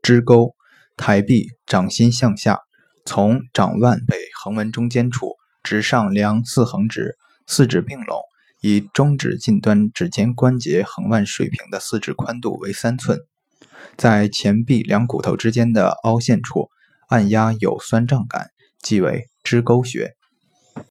支沟，抬臂掌心向下，从掌腕尾横纹中间处直上量4横指，四指并拢，以中指近端指尖关节横腕水平的四指宽度为3寸，在前臂两骨头之间的凹陷处按压有酸胀感，即为支沟穴。